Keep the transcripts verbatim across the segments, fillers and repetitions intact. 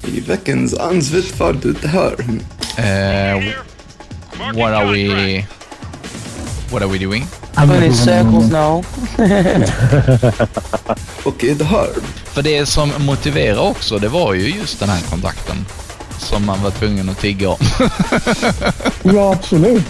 I veckans ansvett var det här. Uh, what are we... What are we doing? I'm in circles now. Okej, det här. För det som motiverar också, det var ju just den här kontakten som man var tvungen att tigga om. Ja, absolut.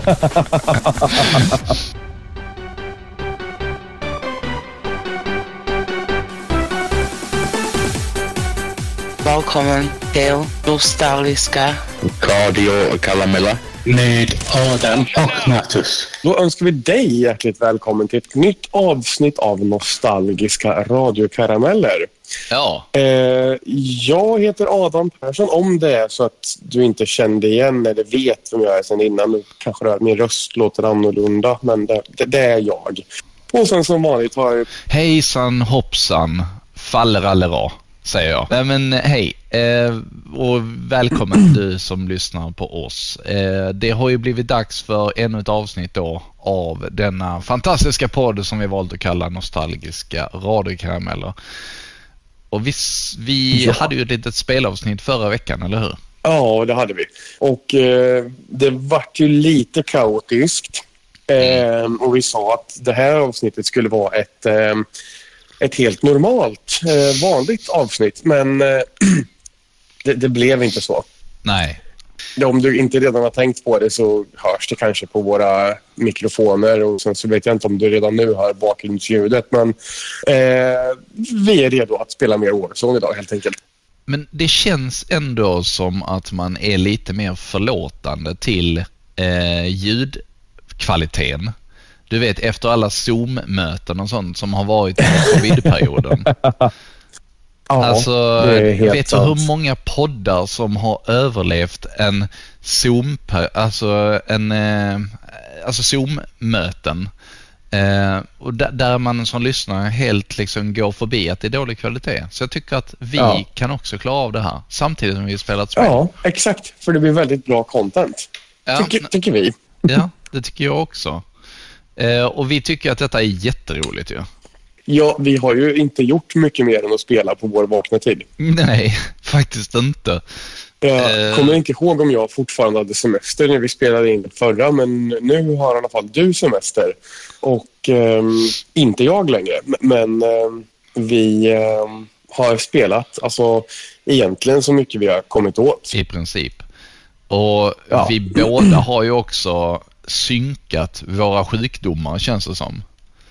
Välkommen till Nostalgiska Cardio och Kalamella med Adam och Natus. Då önskar vi dig hjärtligt välkommen till ett nytt avsnitt av Nostalgiska radiokarameller. Ja. Eh, jag heter Adam Persson, om det är så att du inte kände igen eller vet vem jag är sedan innan. Nu kanske det, min röst låter annorlunda, men det, det, det är jag. Och sen som vanligt har jag... Hejsan hoppsan, fallerallera, säger jag. Nej men hej, eh, och välkommen du som lyssnar på oss. Eh, det har ju blivit dags för ännu ett avsnitt då av denna fantastiska podd som vi valt att kalla Nostalgiska radiokarameller. Och vi, vi ja. hade ju ett litet spelavsnitt förra veckan, eller hur? Ja, det hade vi. Och eh, det vart ju lite kaotiskt. Eh, och vi sa att det här avsnittet skulle vara ett, eh, ett helt normalt, eh, vanligt avsnitt. Men eh, det, det blev inte så. Nej. Om du inte redan har tänkt på det så hörs det kanske på våra mikrofoner. Och sen så vet jag inte om du redan nu hör bakgrundsljudet. Men eh, vi är redo att spela mer Warzone idag helt enkelt. Men det känns ändå som att man är lite mer förlåtande till eh, ljudkvaliteten. Du vet, efter alla Zoom-möten och sånt som har varit i covid-perioden. Ja, alltså, vet du hur sant. många poddar som har överlevt en Zoom, alltså en eh, alltså Zoom-möten eh, och där, där man som lyssnare helt liksom går förbi att det är dålig kvalitet. Så jag tycker att vi ja. kan också klara av det här samtidigt som vi spelar ett spel. Ja, exakt. För det blir väldigt bra content. Ja, tycker, tycker vi. Ja, det tycker jag också. Eh, och vi tycker att detta är jätteroligt ju. Ja. Ja, vi har ju inte gjort mycket mer än att spela på vår vakna tid. Nej, faktiskt inte. Jag uh, kommer inte ihåg om jag fortfarande hade semester när vi spelade in det förra, men nu har i alla fall du semester. Och um, inte jag längre, men um, vi um, har spelat alltså egentligen så mycket vi har kommit åt. I princip. Och ja. vi båda har ju också synkat våra sjukdomar, känns det som.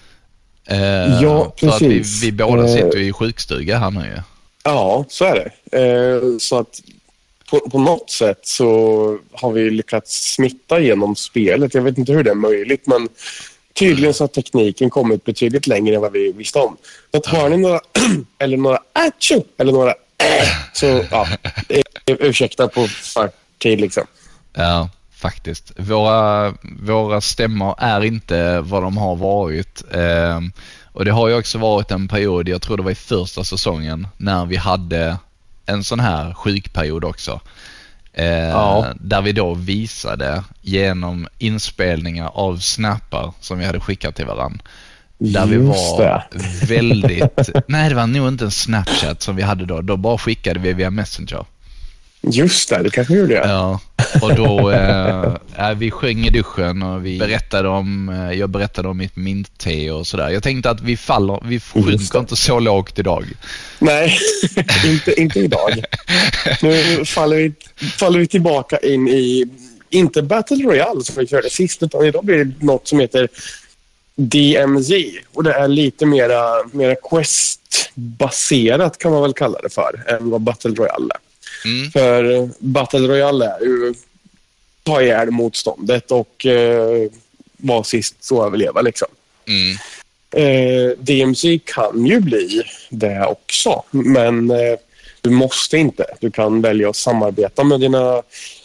Uh, ja, precis. För att vi, vi båda sitter i sjukstuga här nu. Ja, så är det. Uh, så att på, på något sätt så har vi lyckats smitta genom spelet. Jag vet inte hur det är möjligt, men tydligen så har tekniken kommit betydligt längre än vad vi visste om. Så att hör ni några eller några atcho, eller några äh, så ja, ursäkta på fartid liksom. Ja, faktiskt. Våra, våra stämmor är inte vad de har varit. Eh, och det har ju också varit en period, jag tror det var i första säsongen, när vi hade en sån här sjukperiod också. Eh, ja. Där vi då visade genom inspelningar av snappar som vi hade skickat till varandra. Där Just vi var det. väldigt... Nej, det var nog inte en Snapchat som vi hade då. Då bara skickade vi via Messenger. Just det, det kanske gjorde jag. Ja, och då eh, vi sjöng i duschen och vi berättade om, eh, jag berättade om mitt mintte och sådär. Jag tänkte att vi faller, vi sjunker inte så lågt idag. Nej, inte, inte idag. Nu faller vi, faller vi tillbaka in i, inte Battle Royale som vi körde sist, utan idag blir det något som heter D M Z. Och det är lite mera, mera quest-baserat kan man väl kalla det för, än vad Battle Royale är. Mm. För Battle Royale är ju ta ihjäl motståndet och eh, vara sist så överleva liksom. Mm. Eh, D M C kan ju bli det också, men eh, du måste inte. Du kan välja att samarbeta med dina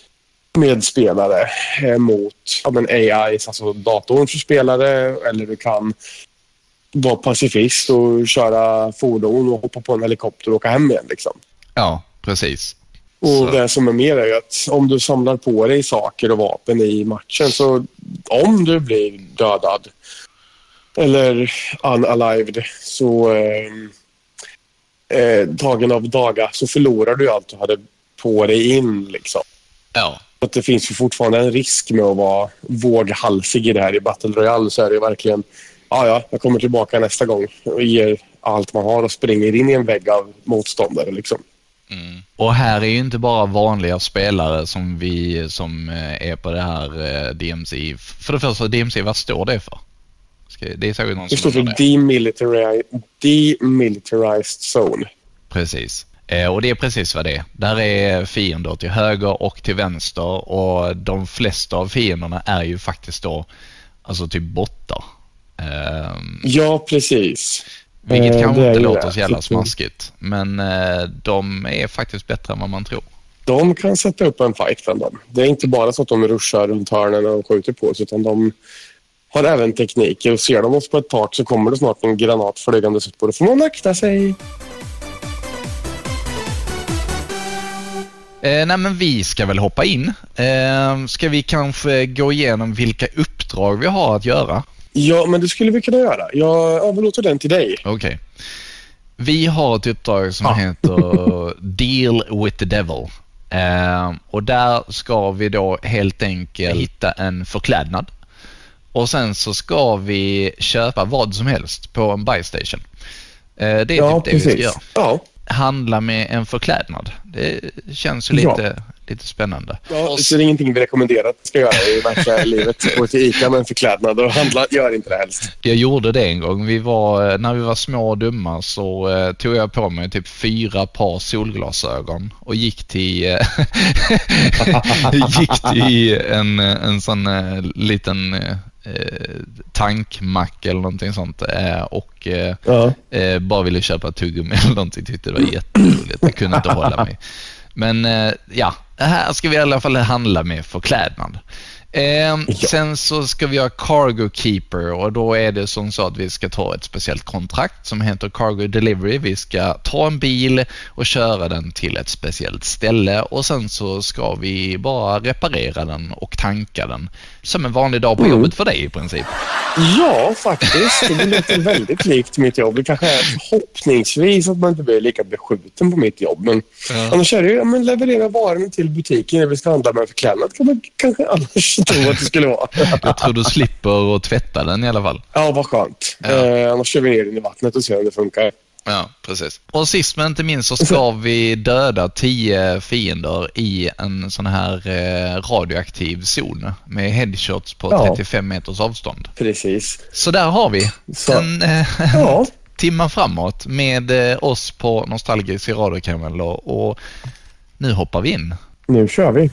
medspelare eh, mot ja, men A I, alltså datorn för spelare, eller du kan vara pacifist och köra fordon och hoppa på en helikopter och åka hem igen liksom. Ja, precis. Och så. Det som är mer är ju att om du samlar på dig saker och vapen i matchen, så om du blir dödad eller unalived så, eh, eh, dagen av dagar så förlorar du allt du hade på dig in liksom. Ja. Att det finns ju fortfarande en risk med att vara våghalsig i det här i Battle Royale, så är det verkligen ja, ja, jag kommer tillbaka nästa gång och ger allt man har och springer in i en vägg av motståndare liksom. Mm. Och här är ju inte bara vanliga spelare som vi som är på det här D M C. För det första, D M C, vad står det för? Det är säkert någon det som står för demilitari- Demilitarized Zone. Precis. Eh, och det är precis vad det är. Där är fiender till höger och till vänster, och de flesta av fienderna är ju faktiskt då alltså typ bottar. Eh, ja, precis. Vilket eh, kanske inte låter det. så jävla smaskigt, men eh, de är faktiskt bättre än vad man tror. De kan sätta upp en fight bland dem. Det är inte bara så att de ruschar runt hörnen och skjuter på oss, utan de har även tekniker, och ser de oss på ett tak så kommer det snart en granat flygande ut på det. Får man akta sig. Eh, nej men vi ska väl hoppa in. Eh, ska vi kanske gå igenom vilka uppdrag vi har att göra? Ja, men det skulle vi kunna göra. Jag överlåter den till dig. Okej. Okay. Vi har ett uppdrag som ah. heter Deal with the Devil. Eh, och där ska vi då helt enkelt hitta en förklädnad. Och sen så ska vi köpa vad som helst på en buy station. Eh, det är ja, typ det precis. vi ska göra. Ja. Handla med en förklädnad. Det känns ju lite, ja. lite spännande. Ja, så det är ingenting vi rekommenderar att ska göra i verkliga livet. Gå till ICA med en förklädnad och handla, gör inte det helst. Jag gjorde det en gång. Vi var, när vi var små och dumma så uh, tog jag på mig typ fyra par solglasögon och gick till uh, gick till en, en sån uh, liten uh, tankmack eller någonting sånt uh, och uh, ja. uh, bara ville köpa tuggummi eller någonting. Tyckte det var jätteroligt. Jag kunde inte hålla mig. Men uh, ja, här ska vi i alla fall handla med förklädnad. Eh, ja. Sen så ska vi ha Cargo Keeper, och då är det som så att vi ska ta ett speciellt kontrakt som heter Cargo Delivery. Vi ska ta en bil och köra den till ett speciellt ställe, och sen så ska vi bara reparera den och tanka den som en vanlig dag på mm. jobbet för dig i princip. Ja, faktiskt. Det låter väldigt likt mitt jobb. Det kanske är förhoppningsvis att man inte blir lika beskjuten på mitt jobb. Men ja. annars är det ju, ja, men leverera varorna till butiken när vi ska handla med förklädnad. Kan man kanske annars tro att det skulle vara. Jag tror du slipper att tvätta den i alla fall. Ja, vad skönt. Ja. Eh, annars kör vi ner den i vattnet och ser om det funkar. Ja, precis. Och sist men inte minst så ska vi döda tio fiender i en sån här eh, radioaktiv zon med headshots på ja. trettiofem meters avstånd. Precis. Så där har vi så. en eh, ja. timme framåt med eh, oss på Nostalgisk radiokaramell, och, och nu hoppar vi in. Nu kör vi.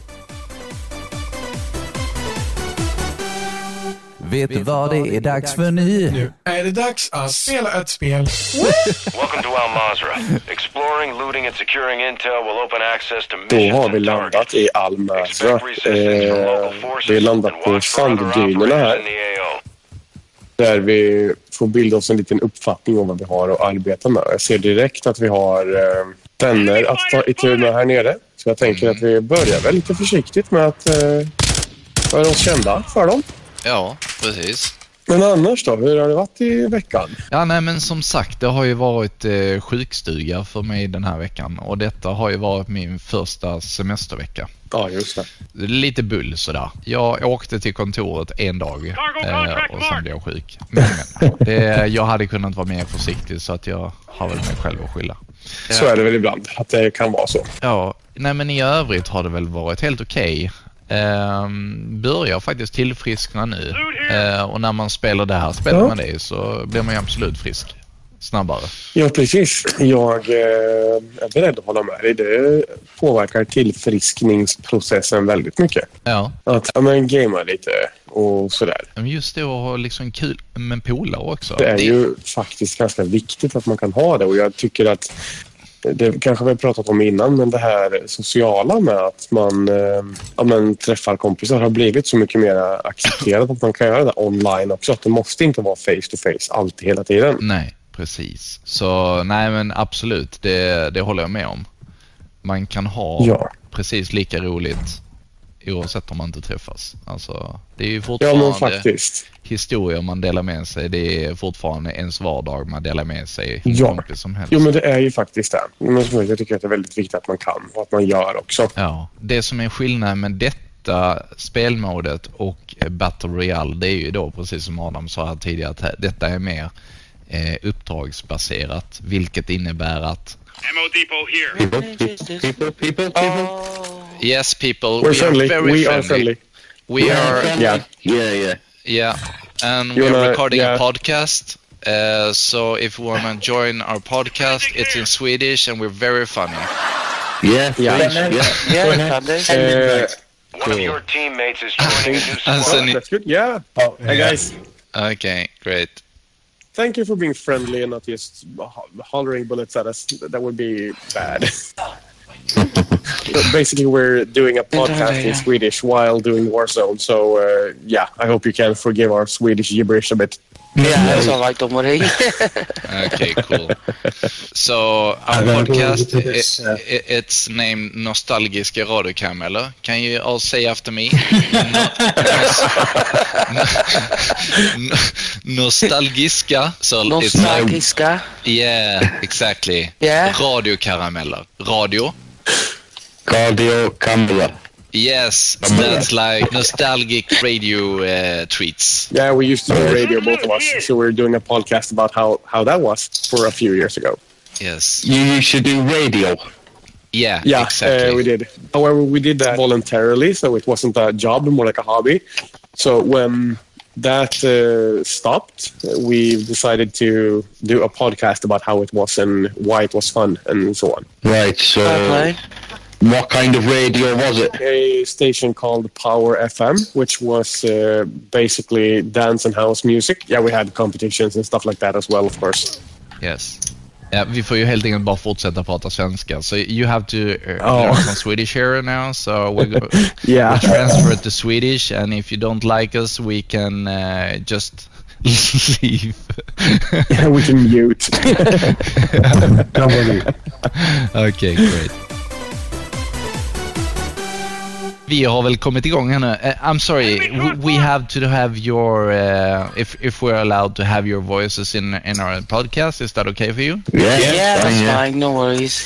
Vet du vad det är dags för nu? Nu är det dags att spela ett spel. Welcome to Al Mazrah. Exploring, looting and securing intel will open access to missions. Då har vi landat i Al Mazrah. Eh, vi har landat på sanddynerna här. Där vi får bilda oss en liten uppfattning om vad vi har att arbeta med. Jag ser direkt att vi har eh, vänner att ta i tur med här nere. Så jag tänker att vi börjar väl lite försiktigt med att eh, göra oss kända för dem. Ja, precis. Men annars då, hur har det varit i veckan? Ja, nej men som sagt, det har ju varit eh, sjukstuga för mig den här veckan. Och detta har ju varit min första semestervecka. Ja, just det. Lite bull sådär. Jag åkte till kontoret en dag eh, och sen blev jag sjuk. Men, men det, jag hade kunnat vara mer försiktig, så att jag har väl mig själv att skylla. Så är det väl ibland, att det kan vara så. Ja, nej men i övrigt har det väl varit helt okej. Um, börjar faktiskt tillfriskna nu, uh, och när man spelar det här spelar ja. man det, så blir man ju absolut frisk snabbare. Ja, precis. Jag eh, är beredd att hålla med dig. Det påverkar tillfriskningsprocessen väldigt mycket. Ja. Att ja, men gamea lite och sådär. Men just det, att ha liksom kul med polare också. Det är det... ju faktiskt ganska viktigt att man kan ha det, och jag tycker att det kanske vi har pratat om innan, men det här sociala med att man, eh, ja, men träffar kompisar har blivit så mycket mer accepterat att man kan göra det online också. Att det måste inte vara face to face alltid hela tiden. Nej, precis. Så nej men absolut, det, det håller jag med om. Man kan ha ja. precis lika roligt oavsett om man inte träffas. Alltså, det är ju Ja, fortfarande men faktiskt. historier man delar med sig. Det är fortfarande ens vardag man delar med sig. Ja. Kompis som helst. Jo, men det är ju faktiskt det. Men som sagt, jag tycker att det är väldigt viktigt att man kan och att man gör också. Ja, det som är skillnaden med detta spelmodet och Battle Royale, det är ju då precis som Adam sa här tidigare att detta är mer eh, uppdragsbaserat, vilket innebär att Ammo depot here. People, people, people, people. yes people, We're we friendly. are very We friendly. are friendly. We are Yeah. Yeah, yeah. yeah, and You we are wanna- recording yeah. a podcast. Uh, so if you want to join our podcast, it's in Swedish and we're very funny. Yeah, Yeah. please, yeah. Yeah, Sunday. Uh, One of your teammates is joining a new And squad. sen- that's good. Yeah. Oh, Hey, guys. Okay, great. Thank you for being friendly and not just ho- hollering bullets at us. That would be bad. But basically, we're doing a podcast in Swedish while doing Warzone. So, uh, yeah, I hope you can forgive our Swedish gibberish a bit. Yeah, that's all right, don't worry. Okay, cool. So our I'm gonna go podcast, into this, i- uh, i- it's named Nostalgiska Radiokarameller. Can you all say after me? No- no- nostalgiska. So it's like, Nostalgiska. yeah, exactly. Yeah. Radiokarameller. Radio. Cardio Camera. Yes, that's like nostalgic radio uh, treats. Yeah, we used to do radio, both of us. So we're doing a podcast about how, how that was for a few years ago. Yes. You used to do radio. Yeah, Yeah, exactly. uh, we did. However, we did that voluntarily, so it wasn't a job, more like a hobby. So when that uh, stopped, we decided to do a podcast about how it was and why it was fun and so on. Right, so Okay. what kind of radio was it? A station called Power F M, which was uh, basically dance and house music. Yeah, we had competitions and stuff like that as well, of course. Yes. Ja, vi får ju helt enkelt bara fortsätta prata svenska. So you have to uh, Oh. learn some Swedish here now. So we go, Yeah. we'll transfer it to Swedish, and if you don't like us, we can uh, just leave. Yeah, we can mute. Don't worry. Okay, great. Vi har väl kommit igång här nu. Uh, I'm sorry, w- we have to have your, uh, if if we're allowed to have your voices in in our podcast, is that okay for you? Yeah, Yeah, that's yeah. fine, no worries.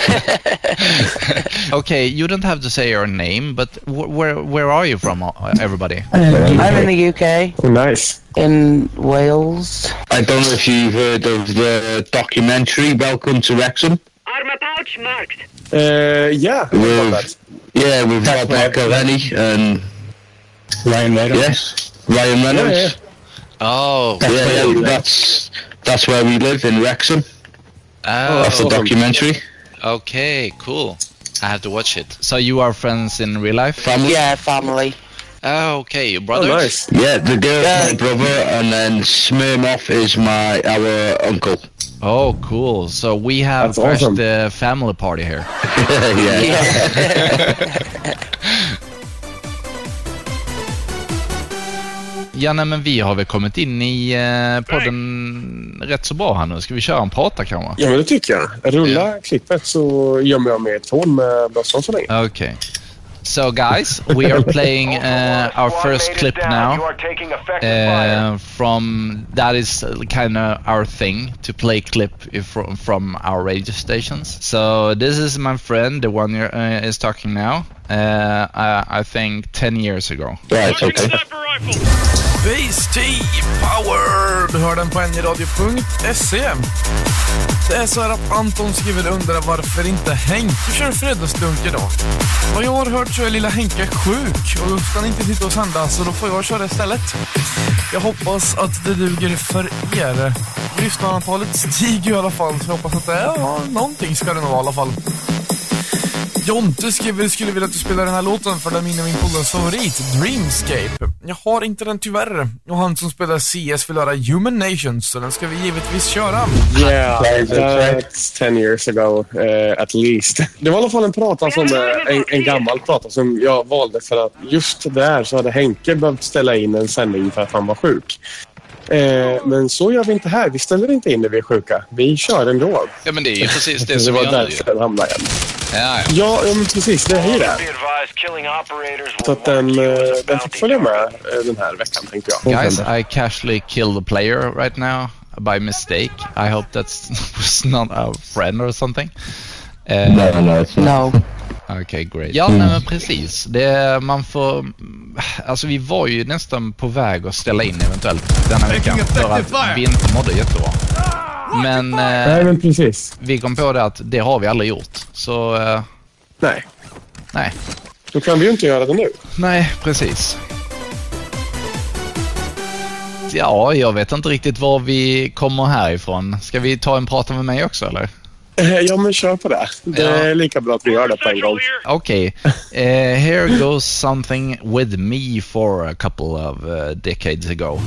Okay, you don't have to say your name, but wh- where where are you from, uh, everybody? I'm in the U K, Oh, nice. in Wales. I don't know if you've heard of the documentary Welcome to Wrexham. Uh, yeah, I With, love that. yeah, with Rebecca Rennie and Ryan Reynolds. yes, Ryan Reynolds. Yeah, Oh, Yeah, where yeah, we live. that's that's where we live in Wrexham. That's the oh, documentary. okay, cool. I have to watch it. So you are friends in real life? Family. Yeah, family. Oh, okay, your Oh, brothers? nice. Yeah, the girl's Yeah. my brother, and then Smirnoff is my our uncle. Oh, cool. So we have That's crashed awesome. the family party here. yeah. Ja, nej, men vi har väl kommit in i eh, podden rätt så bra här nu. Ska vi köra en prata kanske? Ja, men det tycker jag. Rulla klippet så gömmer jag med ett hål med bössan så länge. Okay. So guys, we are playing uh, our first clip You now. are taking effective fire. Uh, from that is kind of our thing to play clip if from from our radio stations. So this is my friend, the one you're, uh, is talking now. Uh, I, I think ten years ago. Right, okay. Base Team Power! Du hör den på n j radio punkt se. Det är så här att Anton skriver undrar varför inte Henke kör fredagsdunk idag. Vad jag har hört så är lilla Henke sjuk och då ska han inte sitta och sända, så då får jag köra istället. Jag hoppas att det duger för er. Lyssnarantalet stiger i alla fall, så jag hoppas att det är ja, någonting ska det nog vara i alla fall. Jonte skriver, skulle vilja att du spelar den här låten för den är min polarens favorit, Dreamscape. Jag har inte den tyvärr. Och han som spelar C S vill höra Human Nations, så den ska vi givetvis köra. Yeah, that's ten years ago uh, at least. Det var i alla fall en prata som, uh, en, en gammal prata som jag valde för att just där så hade Henke behövt ställa in en sändning för att han var sjuk. Eh, men så gör vi inte här. Vi ställer inte in när vi är sjuka. Vi kör ändå. Ja, men det är ju precis det Det som vi var gör nu. därför den hamnade igen. Ja, ja. Ja, ja men precis. Det är ju det. Så att den, den fick följa med den här veckan, tänkte jag. Guys, I casually killed a player right now by mistake. I hope that was not a friend or something. Uh, No, no, it's not. No. Okay, great. Ja, nej, men precis. Det, man får... Alltså, vi var ju nästan på väg att ställa in eventuellt denna veckan för att vi inte mådde jättebra. Men, eh, Nej, men precis. vi kom på det att det har vi aldrig gjort. Så, eh, Nej. nej. Då kan vi ju inte göra det nu. Nej, precis. Ja, jag vet inte riktigt var vi kommer härifrån. Ska vi ta en prata med mig också, eller? Ja, men kör på det. Det är Ja. lika bra att vi gör det på en gång. Okay, uh, here goes something with me for a couple of uh, decades ago.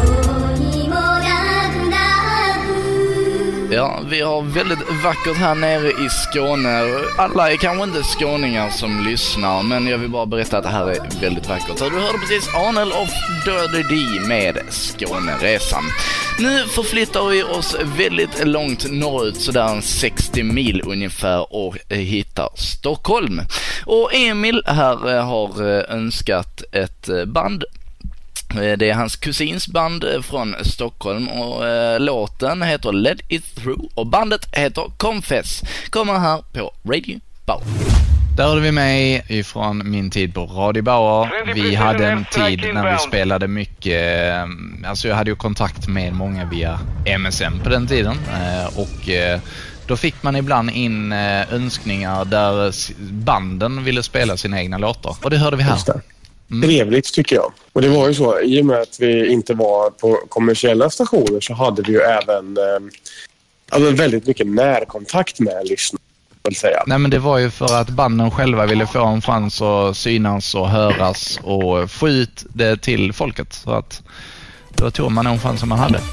Ja, vi har väldigt vackert här nere i Skåne. Alla är kanske inte skåningar som lyssnar, men jag vill bara berätta att det här är väldigt vackert. Så du hörde precis Arnel of Dirty D med Skåneresan. Nu förflyttar vi oss väldigt långt norrut, sådär sextio mil ungefär, och hittar Stockholm. Och Emil här har önskat ett band. Det är hans kusins band från Stockholm och eh, låten heter Let It Through och bandet heter Confess. Kommer här på Radio Bauer. Där hade vi med ifrån min tid på Radio Bauer. Vi hade en tid när vi spelade mycket, alltså jag hade ju kontakt med många via M S M på den tiden, och då fick man ibland in önskningar där banden ville spela sina egna låtar, och det hörde vi här. Mm. Trevligt, tycker jag. Och det var ju så, i och med att vi inte var på kommersiella stationer så hade vi ju även eh, alltså väldigt mycket närkontakt med lyssnare, vill säga. Nej, men det var ju för att banden själva ville få en chans att synas och höras och få ut det till folket. Så att då tog man en chans som man hade.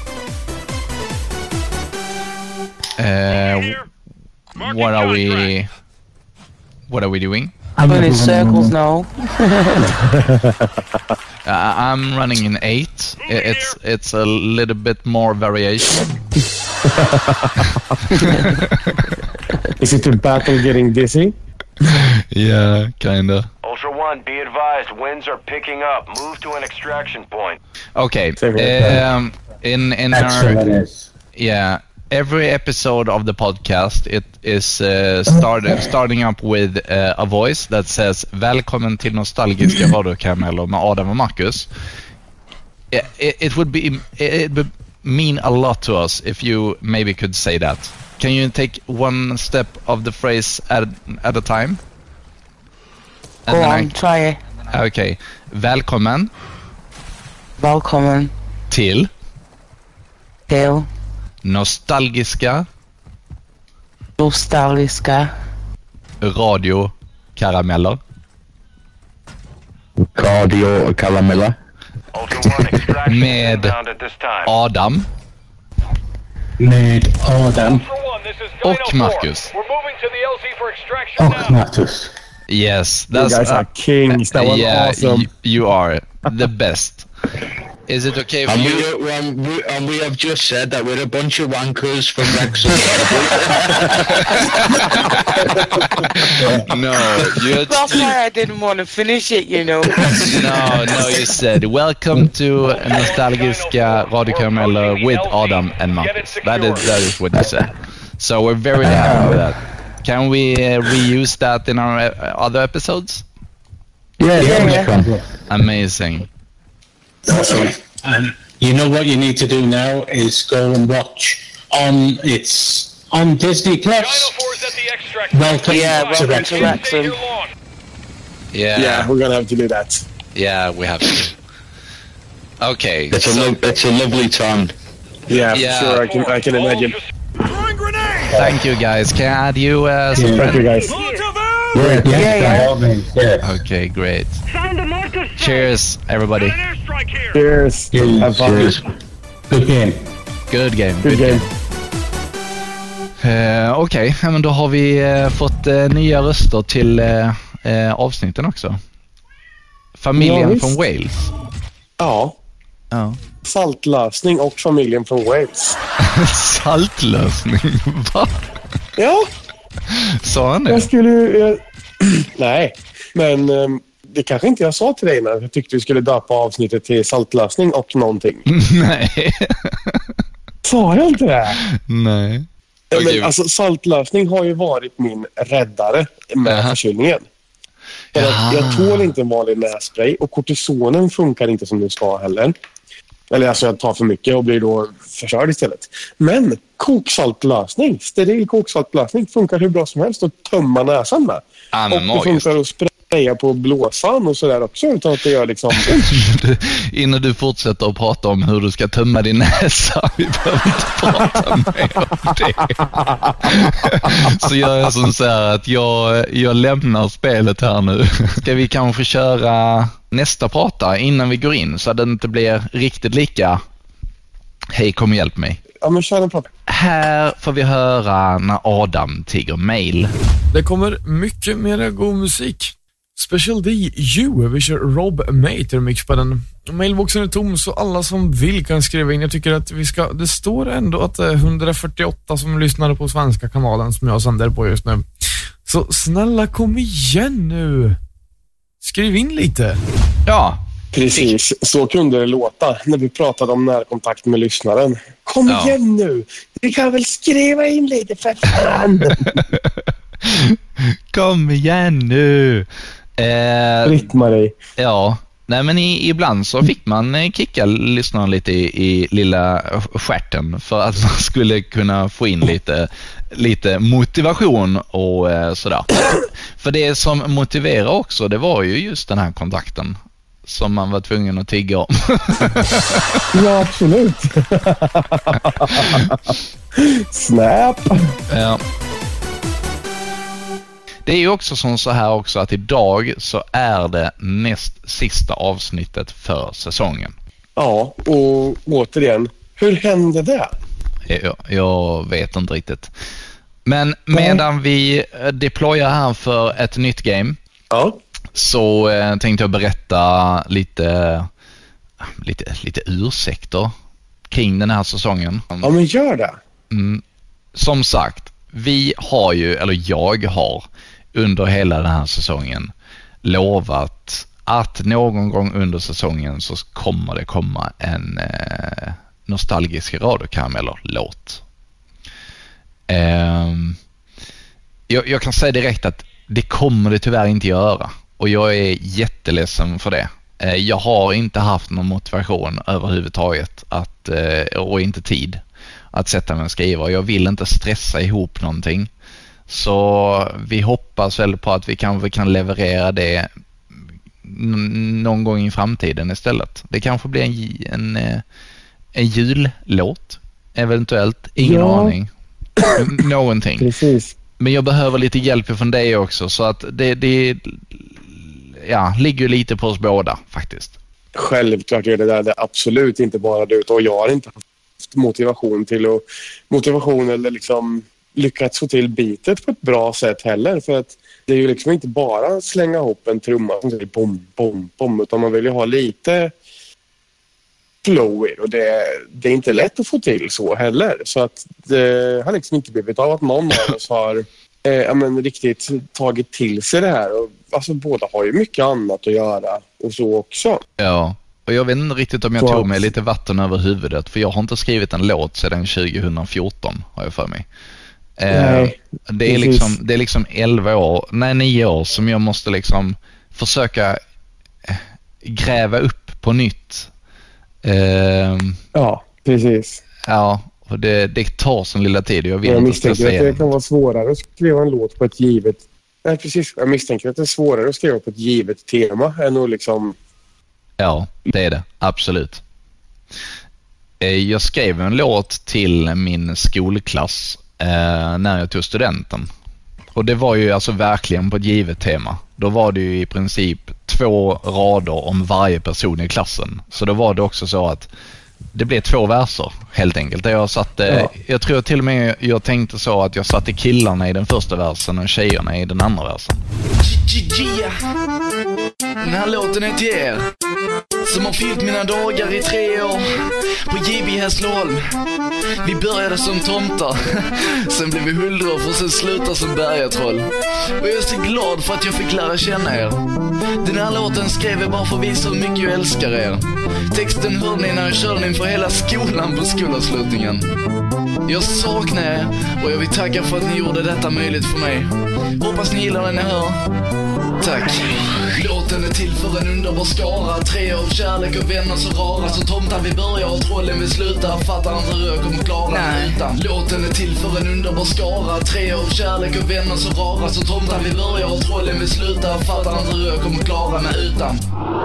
Uh, what are we What are we doing? I'm in circles now. uh, I'm running in eight. It's it's a little bit more variation. Is it a battle getting dizzy? Yeah, kinda. Ultra One, be advised, winds are picking up. Move to an extraction point. Okay. Um, in in our yeah. Every episode of the podcast, it is uh, started, starting up with uh, a voice that says "Välkommen till nostalgiska radiokarameller med Adam och Marcus." It, it, it would be it would mean a lot to us if you maybe could say that. Can you take one step of the phrase at at a time? Go on, I, try it. Okay. Välkommen. Välkommen till. Till. Nostalgiska Nostalgiska radiokarameller. Radiokarameller. Med Adam. Med Adam. Och Marcus. Och Marcus. Yes, that's you guys are kings. That was yeah, awesome. You, you are the best. Is it okay for and you? We, um, we, and we have just said that we're a bunch of wankers from Wrexham. No, you. That's why I didn't want to finish it, you know. No, no, you said welcome to Nostalgiska radiokarameller with Adam and Marcus. That is that is what you said. So we're very happy with that. Can we uh, reuse that in our uh, other episodes? Yeah, yeah, yeah. Amazing. Awesome. And you know what you need to do now is go and watch on it's on Disney Plus. Welcome, yeah, to welcome to Wrexham. Yeah, yeah, we're gonna have to do that. Yeah, we have to. Okay, it's so, a lo- it's a lovely time. Yeah, yeah, for sure. I can I can imagine. Thank you, guys. Can I add you as yeah, a friend? Thank you, guys. Yeah, yeah, yeah. yeah. Okay, great. Cheers, everybody. Cheers. Cheers. Have fun. Cheers. Good game. Good game. Good, good game. game. Uh, Okej, okay. Men då har vi uh, fått uh, nya röster till uh, uh, avsnitten också. Familjen ja, från Wales. Ja. Ja. Saltlösning och familjen från Wales. Saltlösning? Va? Ja. Sa han det? Jag skulle ju... Jag... Nej, men um, det kanske inte jag sa till dig när jag tyckte vi skulle döpa avsnittet till saltlösning och någonting. Nej. Sa jag inte det? Nej. Ja, Okay. men alltså saltlösning har ju varit min räddare med uh-huh. förkylningen. För att jag tål inte en vanlig nässpray och kortisonen funkar inte som den ska heller. Eller alltså jag tar för mycket och blir då förstörd istället. Men koksaltlösning, steril koksaltlösning funkar hur bra som helst att tömma näsan med. Ah, och det funkar att spraya på blåsan och sådär också utan att det gör liksom... Innan du fortsätter att prata om hur du ska tömma din näsa, vi behöver inte prata mer om det. Så gör jag som så här att jag, jag lämnar spelet här nu. Ska vi kanske köra nästa prata innan vi går in så att det inte blir riktigt lika hej kom och hjälp mig. Ja, men kör en prata. Här får vi höra när Adam tigger mail. Det kommer mycket mer god musik. Special D, You, vi kör Rob Mater mix på den. Mailboxen är tom så alla som vill kan skriva in. Jag tycker att vi ska, det står ändå att det är hundrafyrtioåtta som lyssnar på svenska kanalen som jag sänder på just nu. Så snälla kom igen nu. Skriv in lite. Ja. Precis, så kunde det låta när vi pratade om närkontakt med lyssnaren. Kom ja. igen nu, vi kan väl skriva in lite för fan. Kom igen nu. Eh, Britt-Marie. Ja, nej men i, ibland så fick man kicka lyssnaren lite i, i lilla stjärten för att man skulle kunna få in lite, lite motivation och eh, sådär. För det som motiverar också, det var ju just den här kontakten som man var tvungen att tigga om. Ja, absolut. Snap. Ja. Det är ju också som så här också att idag så är det näst sista avsnittet för säsongen. Ja, och återigen, hur hände det? Jag, jag vet inte riktigt. Men medan vi deployar här för ett nytt game ja. så eh, tänkte jag berätta lite, lite, lite ursäkter kring den här säsongen. Ja, men gör det. Mm, som sagt, vi har ju, eller jag har under hela den här säsongen lovat att någon gång under säsongen så kommer det komma en eh, nostalgisk radiokarameller-låt. Eh, jag, jag kan säga direkt att det kommer det tyvärr inte göra och jag är jätteledsen för det. Eh, jag har inte haft någon motivation överhuvudtaget att, eh, och inte tid att sätta mig och skriva. Jag vill inte stressa ihop någonting. Så vi hoppas väl på att vi kanske kan leverera det n- någon gång i framtiden istället. Det kanske blir en, en, en jullåt eventuellt. Ingen ja. aning. Någonting. Precis. Men jag behöver lite hjälp från dig också så att det, det ja, ligger lite på oss båda faktiskt. Självklart är det där det absolut inte bara du och jag har inte haft motivation till att motivation eller liksom lyckats få till bitet på ett bra sätt heller för att det är ju liksom inte bara slänga ihop en trumma som säger bom, bom, bom utan man vill ju ha lite flow i och det, det är inte lätt att få till så heller så att det har liksom inte blivit av att någon av oss har eh, ja, men riktigt tagit till sig det här och alltså båda har ju mycket annat att göra och så också. Ja. Och jag vet inte riktigt om jag tog mig lite vatten över huvudet för jag har inte skrivit en låt sedan tjugo fjorton har jag för mig. Nej, det är liksom det är liksom elva år, nej nio år som jag måste liksom försöka gräva upp på nytt. Uh, ja, precis. Ja, och det, det tar sån lilla tid. Jag, vill jag inte misstänker att det kan vara svårare att skriva en låt på ett givet. Nej, precis. Jag misstänker att det är svårare att skriva på ett givet tema än att liksom. Ja, det är det. Absolut. Jag skrev en låt till min skolklass eh, när jag tog studenten. Och det var ju alltså verkligen på ett givet tema. Då var det ju i princip två rader om varje person i klassen. Så då var det också så att det blev två verser helt enkelt. Där jag satte, ja. jag tror till och med jag tänkte så att jag satte killarna i den första versen och tjejerna i den andra versen. Den här låten är till er som har fyllt mina dagar i tre år på J B Hässleholm. Vi började som tomtar, sen blev vi huldror och sen slutade som bergatroll. Och jag är så glad för att jag fick lära känna er. Den här låten skrev jag bara för att visa hur mycket jag älskar er. Texten hörde ni när jag körde den inför hela skolan på skolavslutningen. Jag saknar er och jag vill tacka för att ni gjorde detta möjligt för mig. Hoppas ni gillar den ni hör. Tack. Låten är till för en underbar skara. Tre av kärlek och vänner så rara. Så tomtar vi börjar och trollen vi slutar. Fattar inte rök kommer klara mig utan. Låten är till för en underbar skara. Tre av kärlek och vänner så rara. Så tomtar vi börjar och trollen vi slutar. Fattar inte rök kommer klara mig utan.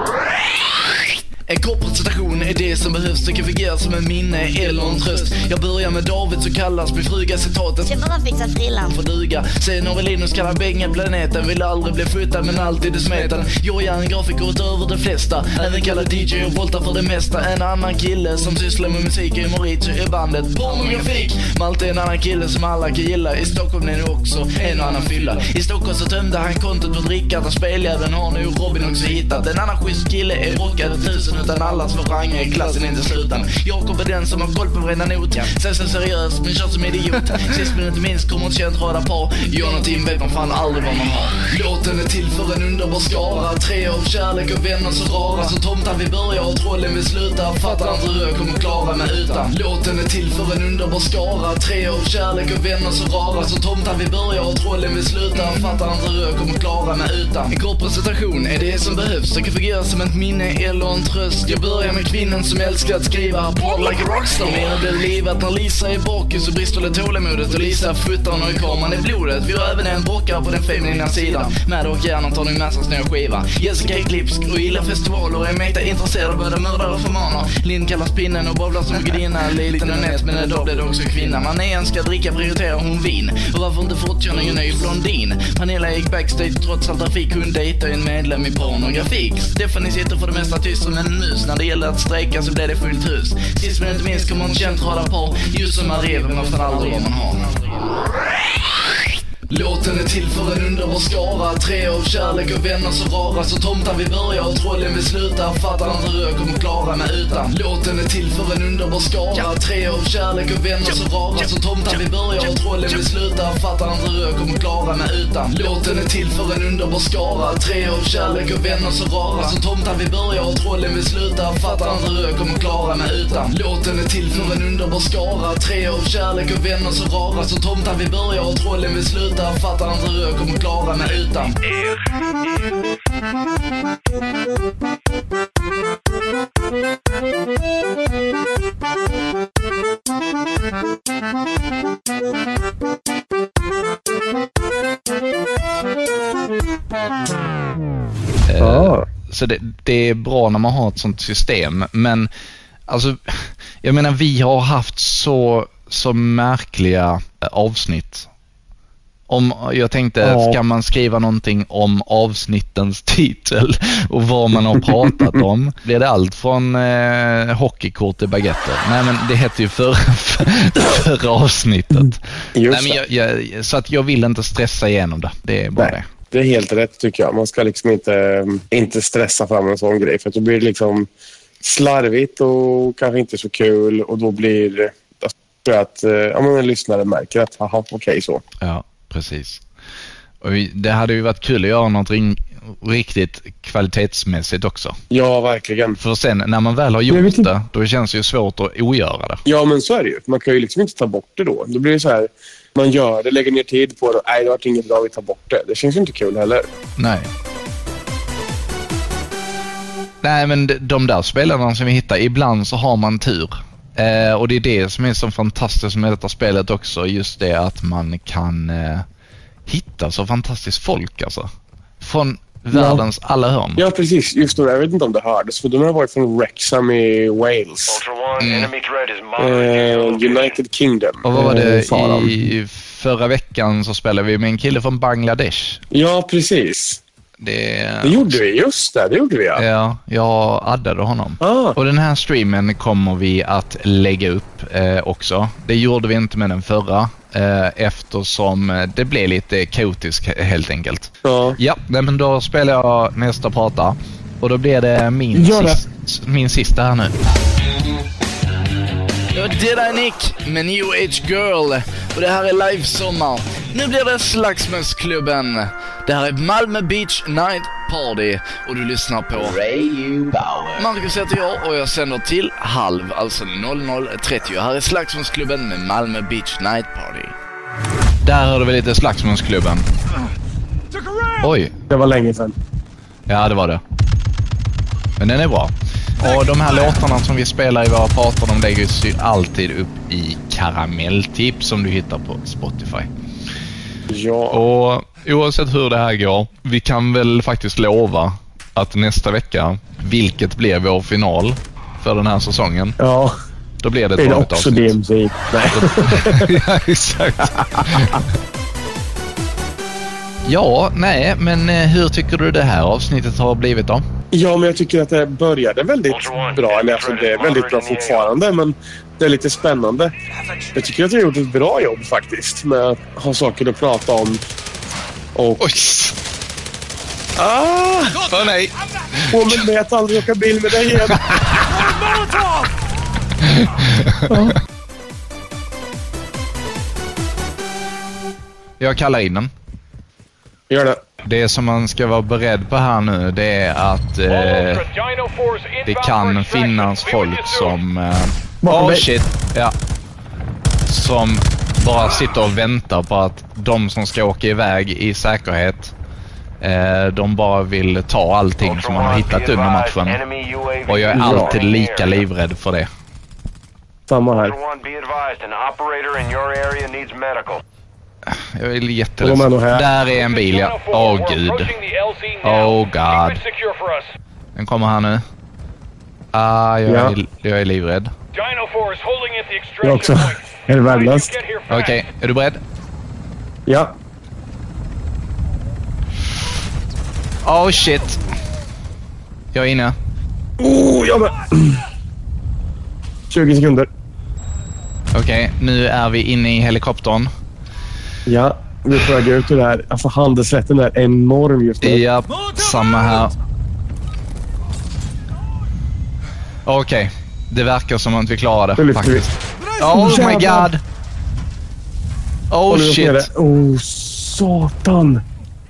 En kort presentation är det som behövs. Det kan fungera som en minne eller en tröst. Jag börjar med David så kallas min fruga citatet. Jag bara fixa frillan för duga. Sen har vi Linus kallar bängen planeten. Vill aldrig bli flyttad men alltid i smeten. Jag är en grafiker utöver de flesta. Även kallar D J och voltar för det mesta. En annan kille som sysslar med musik i Mauricio är bandet Pornografik. Malte är en annan kille som alla kan gilla. I Stockholm är det också en och annan fylla. I Stockholm så tömde han kontot på drickat. Och speljäveln har nu Robin också hittat. En annan schysst kille är rockad tusen utan allas för ranger i klassen inte slutan. Jakob är den som har koll på varenda not. Sen så seriös men kör som idiot. Sist men inte minst kommer ett känt rada par. Jag och Tim vet man fan aldrig vad man har. Låten är till för en underbar skara. Tre av kärlek och vänner så rara. Så tomtar vi börjar och trollen vi slutar. Fattar inte hur jag kommer klara mig utan. Låten är till för en underbar skara. Tre av kärlek och vänner så rara. Så tomtar vi börjar och trollen vi slutar. Fattar inte hur jag kommer klara mig utan. En kort presentation är det som behövs. Det kan fungera som ett minne eller en tröst. Jag börjar med kvinnan som älskar att skriva Paul like a rockstar. Mer än det livet när Lisa är bakis så brister det tålamodet. Och Lisa futtar och kameran i blodet. Vi har även en bockare på den feminina sidan. Med och hjärnan tar en massa snö skiva. Jessica är klipsk och gillar festivaler. Är mäkta intresserad av både mördare och förmaner. Linn kallas pinnen och bovlar som gudinna. Liten och nätt men idag blir det också kvinna. Man är en ska dricka prioriterar hon vin. Och varför inte fortkörningen är ju blondin. Pernilla gick backstage trots all trafik. Hon dejtar en medlem i pornografik. Stephanie sitter för det mesta tyst som en mus. När det gäller att strejka så blir det fullt hus. Sist men inte minst kommer hon känt rada på. Just som man rev man får aldrig vad man har. Låten är till för en underbar skara. Tre av kärlek och vänner så rara. Så tomtar vi börjar och trollen vi slutar. Fattar inte hur jag kommer klara mig utan. Låten är till för en underbar skara. Tre av kärlek och vänner så rara. Så tomtar vi börjar och trollen vi slutar. Fattar inte hur jag kommer klara mig utan. Låten är till för en underbar skara. Tre av kärlek och vänner så rara. Så tomtar vi börjar och trollen vi slutar. Fattar inte hur jag kommer klara mig utan. Låten är till för en underbar skara. Tre av kärlek och vänner så rara. Så tomtar vi börjar och trollen vi slutar. Fattar inte hur jag kommer klara mig utan. Uh, så det, det är bra när man har ett sånt system. Men alltså, jag menar vi har haft så, så märkliga avsnitt. Om, jag tänkte, ja. Ska man skriva någonting om avsnittens titel och vad man har pratat om? Blir det allt från eh, hockeykort till baguetter? Nej, men det heter ju förra, för, förra avsnittet. Just Nej, men jag, jag, så att jag vill inte stressa igenom det. Det är bara Nej. det. Det är helt rätt tycker jag. Man ska liksom inte, inte stressa fram en sån grej. För då blir det liksom slarvigt och kanske inte så kul. Och då blir det att ja, men en lyssnare märker att haha, okej okay, så. Ja. Precis. Och det hade ju varit kul att göra något ring, riktigt kvalitetsmässigt också. Ja, verkligen. För sen när man väl har gjort det, då känns det ju svårt att ogöra det. Ja, men så är det ju. Man kan ju liksom inte ta bort det då. Då blir det så här, man gör det, lägger ner tid på det. Nej, det har varit inget bra, vi tar bort det. Det känns ju inte kul heller. Nej. Nej, men de där spelarna som vi hittar, ibland så har man tur. Eh, och det är det som är så fantastiskt med detta spelet också. Just det att man kan eh, hitta så fantastiskt folk alltså. Från ja. världens alla hörn. Ja, precis. Just då, jag vet inte om det hördes. För de har varit från Wrexham i Wales. Mm. Eh, United Kingdom. Och vad var det eh, i förra veckan så spelade vi med en kille från Bangladesh. Ja, precis. Det, det gjorde vi, just det, det gjorde vi ja. Ja, jag addade honom. Ah. Och den här streamen kommer vi att lägga upp eh, också. Det gjorde vi inte med den förra eh, eftersom det blev lite kaotiskt helt enkelt. Ja, ja men då spelar jag nästa prata. Och då blir det min Gör det. sista, ut min sista här nu. Det var Dead Eye Nick med New Age Girl. Och det här är live-sommar. Nu blir det Slagsmålsklubben. Det här är Malmö Beach Night Party. Och du lyssnar på Ray Bauer. Marcus heter jag och jag sänder till halv, alltså noll noll trettio. Här är Slagsmålsklubben med Malmö Beach Night Party. Där hörde vi lite Slagsmålsklubben. Oj. Det var länge sedan. Ja, det var det. Men den är bra. Och de här låtarna som vi spelar i våra pratar, de läggs ju alltid upp i karamelltips som du hittar på Spotify. Ja. Och oavsett hur det här går, vi kan väl faktiskt lova att nästa vecka, vilket blir vår final för den här säsongen. Ja. Då blir det ett det är vanligt också avsnitt. D M C. Nej. Ja, exakt. Ja, nej, men hur tycker du det här avsnittet har blivit då? Ja, men jag tycker att det började väldigt bra. Eller alltså, det är väldigt bra fortfarande, men det är lite spännande. Jag tycker att jag har gjort ett bra jobb faktiskt med att ha saker att prata om. Och... Oj! Ah! Åh nej! Åh, men vet aldrig åka bil med dig igen. Ja. Jag kallar in den. Gör det. Det som man ska vara beredd på här nu, det är att eh, det kan finnas folk som... Eh, oh shit, ja. Som bara sitter och väntar på att de som ska åka iväg i säkerhet, eh, de bara vill ta allting som man har hittat under matchen. Och jag är alltid lika livrädd för det. Samma här. Jag är jätteledsen. Där är en bil, ja. Åh oh, gud. Åh oh, god. Den kommer här nu. Ah, jag, ja. är, jag är livrädd. Jag också. Är det värdelöst? Okej, okay. Är du beredd? Ja. Oh shit. Jag är inne. Oh, jag med. tjugo sekunder. Okej, okay, nu är vi inne i helikoptern. Ja, vi får gå ut ur det här. Alltså handelsrätten är enorm just nu. Ja, samma här. Okej, okay. Det verkar som att vi klarar det, det faktiskt. Oh my god. Oh shit. Oh, satan.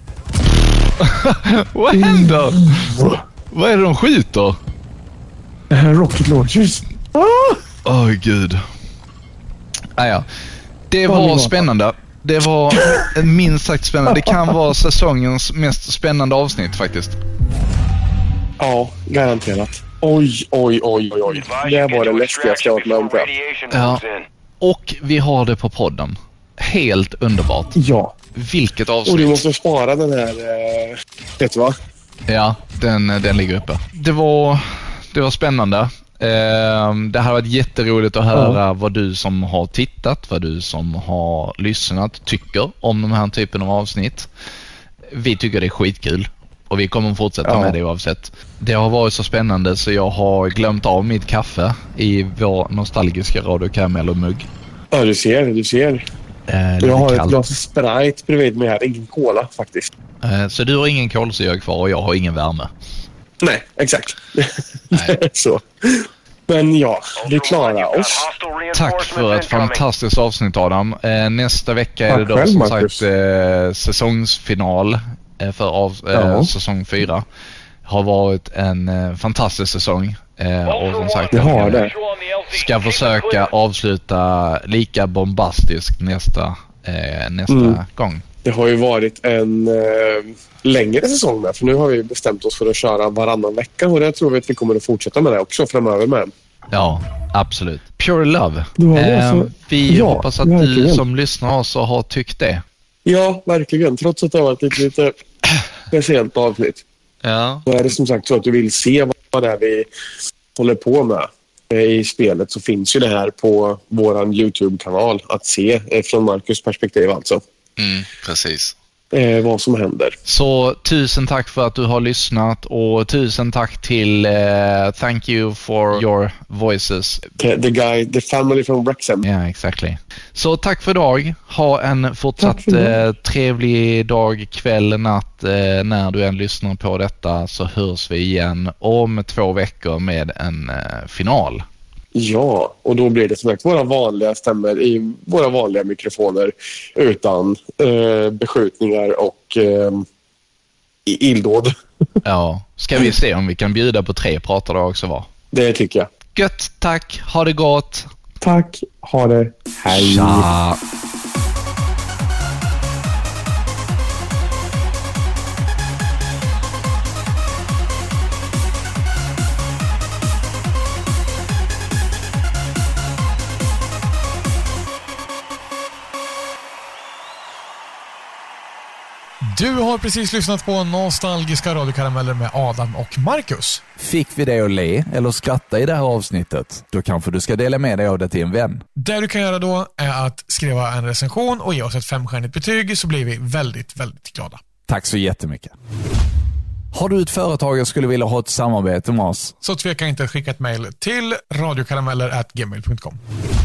Vad händer? Vad är det de skjuter? Det här är rocket launchers. Åh oh, gud. Ah, ja. Det var spännande. Det var minst sagt spännande. Det kan vara säsongens mest spännande avsnitt faktiskt. Ja, garanterat. Oj, oj, oj, oj, oj. Det var det läskigaste jag har varit med om. Ja. Och vi har det på podden. Helt underbart. Ja. Vilket avsnitt. Och du måste spara den här... Eh, vet du vad? Ja, den, den ligger uppe. Det var, det var spännande. Det har varit jätteroligt att höra ja. vad du som har tittat, vad du som har lyssnat tycker om den här typen av avsnitt. Vi tycker det är skitkul och vi kommer att fortsätta ja. med det oavsett. Det har varit så spännande så jag har glömt av mitt kaffe i vår nostalgiska Radio Karamell och mugg. Ja, du ser, du ser. Eh, jag har kallt. ett glas Sprite bredvid mig här, ingen cola faktiskt. Eh, så du har ingen kolsyra kvar och jag har ingen värme. Nej, exakt. Nej. Så. Men ja, vi klarar oss. Tack för ett fantastiskt avsnitt, Adam. Eh, nästa vecka är det då som sagt eh, säsongsfinal eh, för av, eh, ja. säsong fyra. Har varit en eh, fantastisk säsong. Eh, och som sagt, jag har det. ska försöka avsluta lika bombastiskt nästa, eh, nästa mm. gång. Det har ju varit en eh, längre säsong där, för nu har vi bestämt oss för att köra varannan vecka och jag tror att vi kommer att fortsätta med det också framöver med. Ja, absolut. Pure Love. Eh, alltså, vi ja, hoppas att verkligen. du som lyssnar också har tyckt det. Ja, verkligen. Trots att det har varit ett lite speciellt avsnitt. Ja. Så är det som sagt så att du vill se vad det är vi håller på med i spelet, så finns ju det här på våran YouTube-kanal att se från Marcus perspektiv alltså. Mm, precis. eh, vad som händer. Så tusen tack för att du har lyssnat och tusen tack till uh, thank you for your voices. The, the guy, the family from Wrexham. Ja, yeah, exactly. Så tack för idag. Ha en fortsatt uh, trevlig dag, kväll, natt uh, när du än lyssnar på detta, så hörs vi igen om två veckor med en uh, final. Ja, och då blir det som sagt våra vanliga stämmer i våra vanliga mikrofoner utan eh, beskjutningar och eh, illdåd. Ja, ska vi se om vi kan bjuda på tre pratare också, va? Det tycker jag. Gött, tack. Ha det gott. Tack, ha det. Hej. Tja. Du har precis lyssnat på Nostalgiska radiokarameller med Adam och Marcus. Fick vi dig att le eller skratta i det här avsnittet? Då kanske du ska dela med dig av det till en vän. Det du kan göra då är att skriva en recension och ge oss ett femstjärnigt betyg, så blir vi väldigt, väldigt glada. Tack så jättemycket. Har du ett företag och skulle vilja ha ett samarbete med oss? Så tveka inte att skicka ett mejl till radiokarameller at gmail punkt com.